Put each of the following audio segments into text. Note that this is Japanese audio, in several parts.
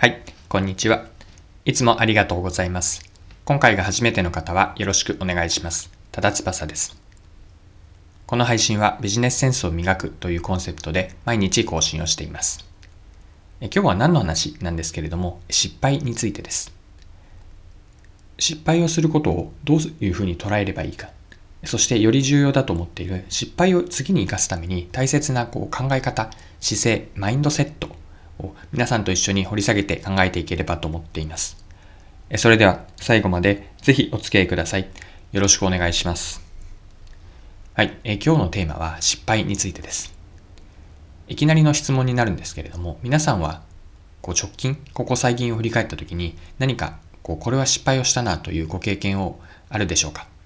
はい、こんにちは。いつもありがとうございます。今回が初めての方はよろしくお願いします。ただ翼です。この配信はビジネスセンスを磨くというコンセプトで毎日更新をしています。今日は何の話なんですけれども、失敗についてです。失敗をすることをどういうふうに捉えればいいか。そしてより重要だと思っている失敗を次に生かすために大切な考え方、姿勢、マインドセットを皆さんと一緒に掘り下げて考えていければと思っています。それでは最後までぜひお付き合いください。よろしくお願いします。はい、今日のテーマは失敗についてです。いきなりの質問になるんですけれども、皆さんは直近、ここ最近を振り返ったときに何かこれは失敗をしたなというご経験をあるでしょうか。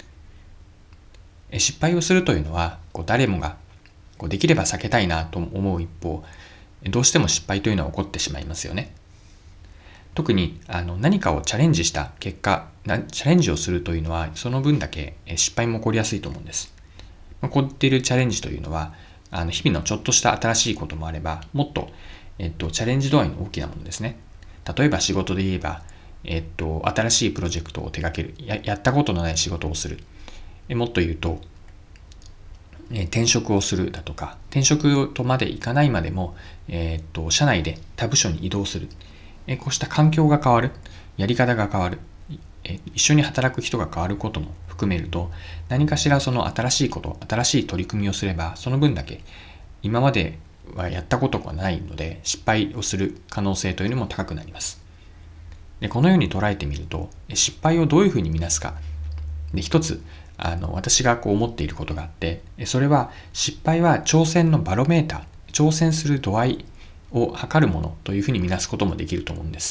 失敗をするというのは誰もができれば避けたいなと思う一方、どうしても失敗というのは起こってしまいますよね。特に何かをチャレンジした結果、チャレンジをするというのはその分だけ失敗も起こりやすいと思うんです。起こっているチャレンジというのは日々のちょっとした新しいこともあれば、もっと、チャレンジ度合いの大きなものですね。例えば仕事で言えば、新しいプロジェクトを手掛ける、やったことのない仕事をする。もっと言うと、転職をするだとか、転職とまでいかないまでも、社内で他部署に移動する。こうした環境が変わる、やり方が変わる、一緒に働く人が変わることも含めると、何かしらその新しいこと、新しい取り組みをすれば、その分だけ今まではやったことがないので、失敗をする可能性というのも高くなります。で、このように捉えてみると、失敗をどういうふうに見なすか。で、一つ、私が思っていることがあって、それは失敗は挑戦のバロメーター、挑戦する度合いを測るものというふうに見なすこともできると思うんです。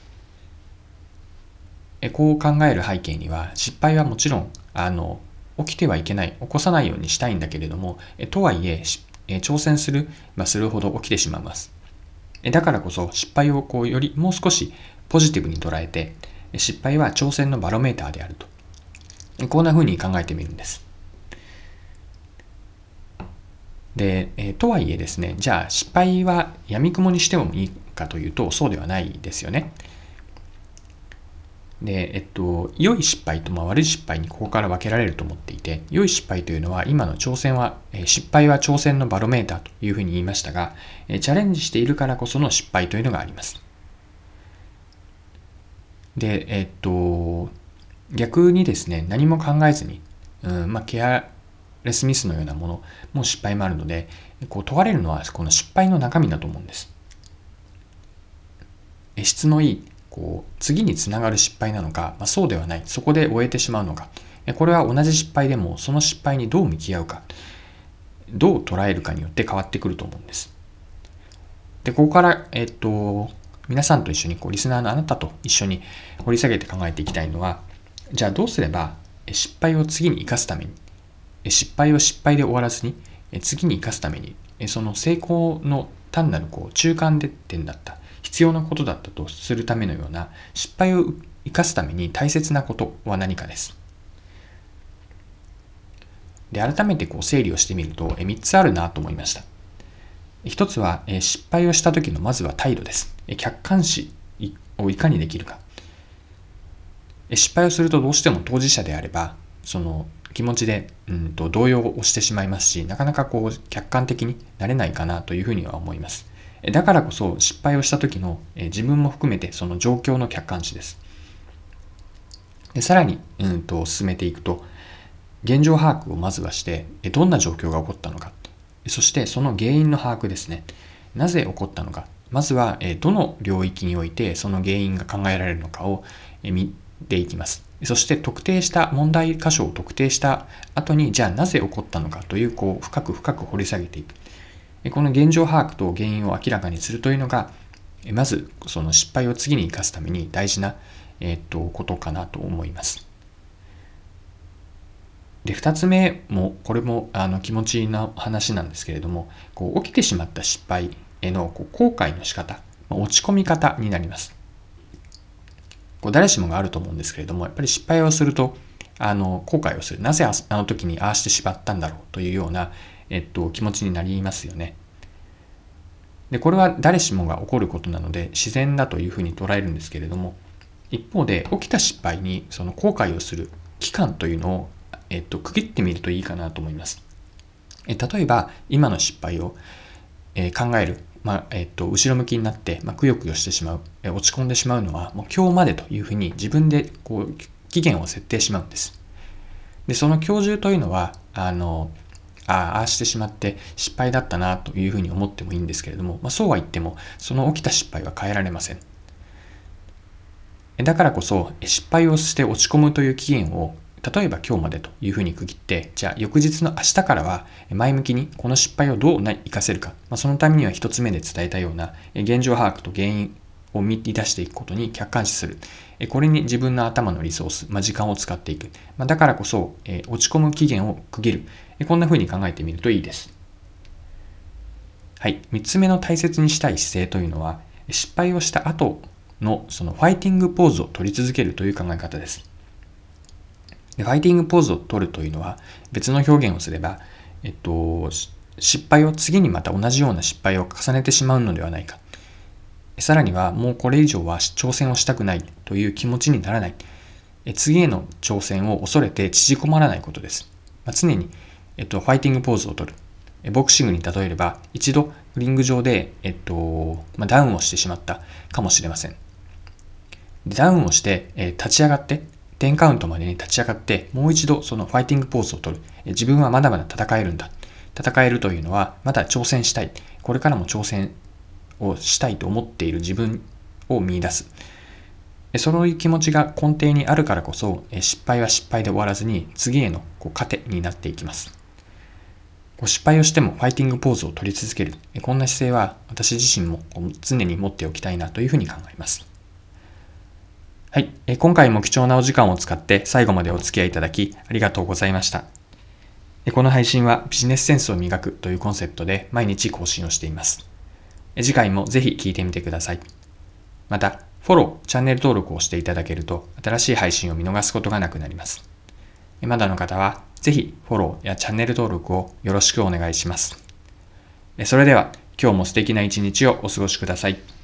こう考える背景には、失敗はもちろん起きてはいけない、起こさないようにしたいんだけれども、とはいえ挑戦するほど起きてしまいます。だからこそ失敗をよりもう少しポジティブに捉えて、失敗は挑戦のバロメーターであると、こんな風に考えてみるんです。で、とはいえですね、じゃあ失敗は闇雲にしてもいいかというと、そうではないですよね。で、良い失敗と悪い失敗にここから分けられると思っていて、良い失敗というのは今の挑戦は、失敗は挑戦のバロメーターというふうに言いましたが、チャレンジしているからこその失敗というのがあります。で、逆にですね、何も考えずに、ケアレスミスのようなものも失敗もあるので、問われるのはこの失敗の中身だと思うんです。質のいい次につながる失敗なのか、そうではない、そこで終えてしまうのか、これは同じ失敗でもその失敗にどう向き合うか、どう捉えるかによって変わってくると思うんです。で、ここから、皆さんと一緒にリスナーのあなたと一緒に掘り下げて考えていきたいのは、じゃあどうすれば失敗を次に生かすために、失敗を失敗で終わらずに次に生かすために、その成功の単なる中間点だった必要なことだったとするためのような、失敗を生かすために大切なことは何かです。で、改めて整理をしてみると3つあるなと思いました。1つは失敗をした時のまずは態度です。客観視をいかにできるか。失敗をするとどうしても当事者であればその気持ちで動揺をしてしまいますし、なかなか客観的になれないかなというふうには思います。だからこそ失敗をした時の自分も含めてその状況の客観視です。で、さらに進めていくと、現状把握をまずはして、どんな状況が起こったのか、そしてその原因の把握ですね。なぜ起こったのか、まずはどの領域においてその原因が考えられるのかを見ていきます。そして特定した問題箇所を特定した後に、じゃあなぜ起こったのかという深く掘り下げていく。この現状把握と原因を明らかにするというのが、まずその失敗を次に生かすために大事なことかなと思います。で、2つ目もこれも気持ちの話なんですけれども、起きてしまった失敗への後悔の仕方、落ち込み方になります。誰しもがあると思うんですけれども、やっぱり失敗をすると後悔をする。なぜあの時にああしてしまったんだろうというような気持ちになりますよね。 で、これは誰しもが起こることなので自然だというふうに捉えるんですけれども、一方で起きた失敗にその後悔をする期間というのを、区切ってみるといいかなと思います。例えば今の失敗を、考える、後ろ向きになって、くよくよしてしまう、落ち込んでしまうのはもう今日までというふうに自分で期限を設定しまうんです。で、その今日中というのはああしてしまって失敗だったなというふうに思ってもいいんですけれども、そうは言ってもその起きた失敗は変えられません。だからこそ失敗をして落ち込むという期限を例えば今日までというふうに区切って、じゃあ翌日の明日からは前向きにこの失敗をどう活かせるか、そのためには一つ目で伝えたような現状把握と原因を見出していくことに客観視する。これに自分の頭のリソース、時間を使っていく。だからこそ落ち込む期限を区切る。こんなふうに考えてみるといいです。はい。3つ目の大切にしたい姿勢というのは、失敗をした後のそのファイティングポーズを取り続けるという考え方です。で、ファイティングポーズを取るというのは別の表現をすれば、失敗を次にまた同じような失敗を重ねてしまうのではないか。さらにはもうこれ以上は挑戦をしたくないという気持ちにならない。次への挑戦を恐れて縮こまらないことです。常に、ファイティングポーズを取る。ボクシングに例えれば一度リング上で、ダウンをしてしまったかもしれません。ダウンをして、立ち上がって10カウントまでに立ち上がってもう一度そのファイティングポーズを取る。自分はまだまだ戦えるんだ。戦えるというのはまだ挑戦したい。これからも挑戦をしたいと思っている自分を見出す。そういう気持ちが根底にあるからこそ失敗は失敗で終わらずに次への糧になっていきます。失敗をしてもファイティングポーズを取り続ける。こんな姿勢は私自身も常に持っておきたいなというふうに考えます。はい。今回も貴重なお時間を使って最後までお付き合いいただきありがとうございました。この配信はビジネスセンスを磨くというコンセプトで毎日更新をしています。次回もぜひ聞いてみてください。また、フォロー、チャンネル登録をしていただけると新しい配信を見逃すことがなくなります。まだの方はぜひフォローやチャンネル登録をよろしくお願いします。それでは今日も素敵な一日をお過ごしください。